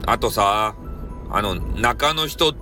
あとさ、中の人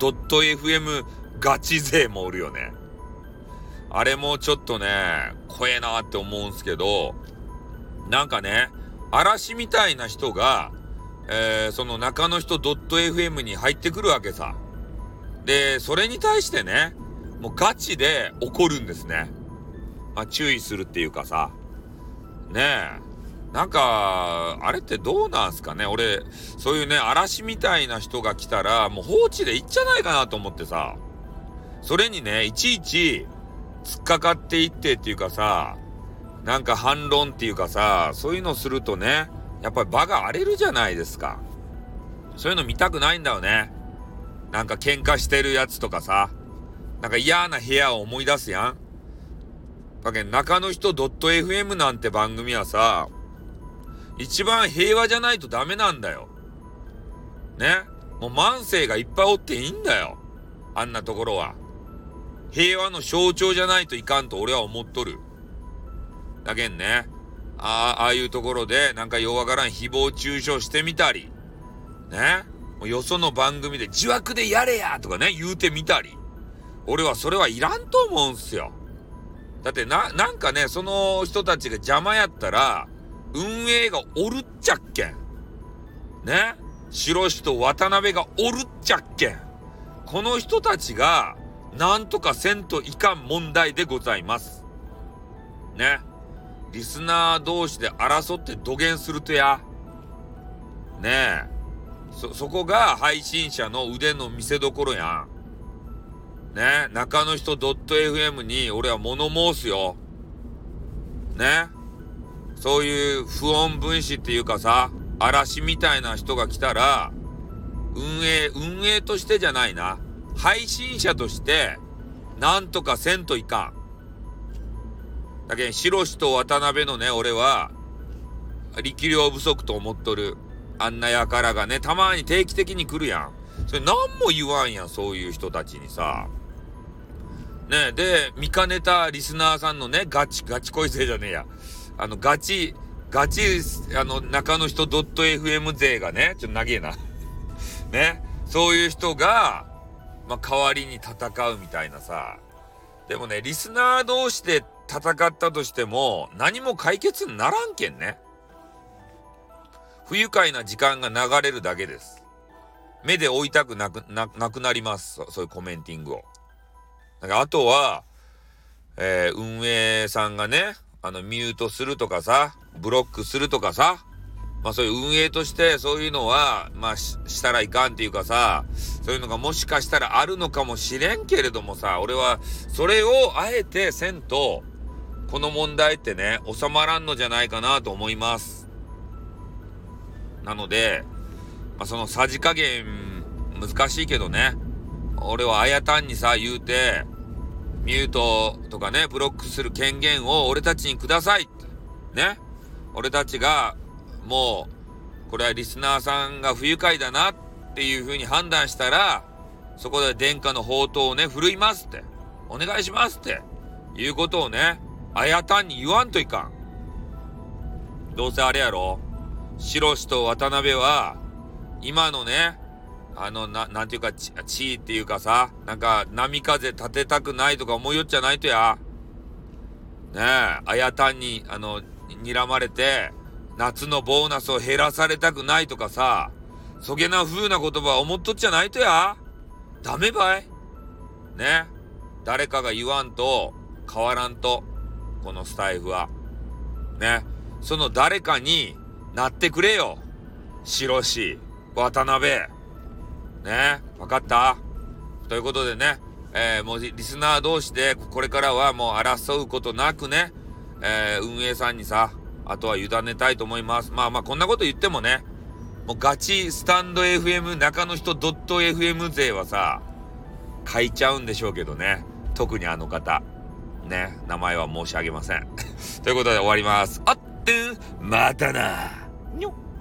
.fm ガチ勢もおるよね。あれもちょっとね、怖えなって思うんすけど、なんかね、嵐みたいな人が、その中の人 .fm に入ってくるわけさ。で、それに対してね、もうガチで怒るんですね。まあ、注意するっていうかさ。ねえ。なんか、あれってどうなんすかね。俺、そういうね、嵐みたいな人が来たら、もう放置でいいんじゃないかなと思ってさ。それにね、いちいち突っかかっていってっていうかさ、なんか反論っていうかさ、そういうのするとね、やっぱり場が荒れるじゃないですか。そういうの見たくないんだよね。なんか喧嘩してるやつとかさ、なんか嫌な部屋を思い出すやん。だけど中の人 .fm なんて番組はさ、一番平和じゃないとダメなんだよ。ね。もう慢性がいっぱいおっていいんだよ。あんなところは。平和の象徴じゃないといかんと俺は思っとる。だけんね。ああいうところでなんかようわからん誹謗中傷してみたり。ね。もうよその番組で自爆でやれやとかね、言うてみたり。俺はそれはいらんと思うんすよ。だってなんかね、その人たちが邪魔やったら、運営がおるっちゃっけん。ね。白石と渡辺がおるっちゃっけん。この人たちが、なんとかせんといかん問題でございます。ね。リスナー同士で争って土下するとや。ねえ。そこが配信者の腕の見せ所やん。ね。中の人 .fm に俺は物申すよ。ね。そういう不穏分子っていうかさ、嵐みたいな人が来たら、運営としてじゃないな。配信者として、なんとかせんといかん。だけど、白石と渡辺のね、俺は、力量不足と思っとる。あんな輩がね、たまに定期的に来るやん。それ何も言わんやん、そういう人たちにさ。ね、で、見かねたリスナーさんのね、ガチ恋勢じゃねえや。ガチ、中の人 .fm 勢がね、ちょっと長えな。ね、そういう人が、まあ、代わりに戦うみたいなさ。でもね、リスナー同士で戦ったとしても、何も解決にならんけんね。不愉快な時間が流れるだけです。目で追いたくなくなります。そういうコメンティングを。だからあとは、運営さんがね、ミュートするとかさ、ブロックするとかさ、まあそういう運営としてそういうのは、まあしたらいかんっていうかさ、そういうのがもしかしたらあるのかもしれんけれどもさ、俺はそれをあえてせんと、この問題ってね、収まらんのじゃないかなと思います。なので、まあそのさじ加減難しいけどね、俺はあやたんにさ、言うて、ミュートとかね、ブロックする権限を俺たちにくださいって。ね。俺たちが、もう、これはリスナーさんが不愉快だなっていう風に判断したら、そこで殿下の宝刀をね、振るいますって。お願いしますって。いうことをね、あやたんに言わんといかん。どうせあれやろ。白石と渡辺は、今のね、なんていうか、地位っていうかさ、なんか、波風立てたくないとか思いよっちゃないとや。ねえ、あやたんに、睨まれて、夏のボーナスを減らされたくないとかさ、そげな風な言葉思っとっちゃないとや。ダメばい。ね。誰かが言わんと、変わらんと、このスタイフは。ね。その誰かになってくれよ。白石、渡辺。ね、わかった?ということでね、もうリスナー同士でこれからはもう争うことなくね、運営さんにさ、あとは委ねたいと思います。まあこんなこと言ってもね、もうガチスタンド FM 中の人 .fm 勢はさ、書いちゃうんでしょうけどね。特にあの方。ね、名前は申し上げません。ということで終わります。あってん、またな。にょっ。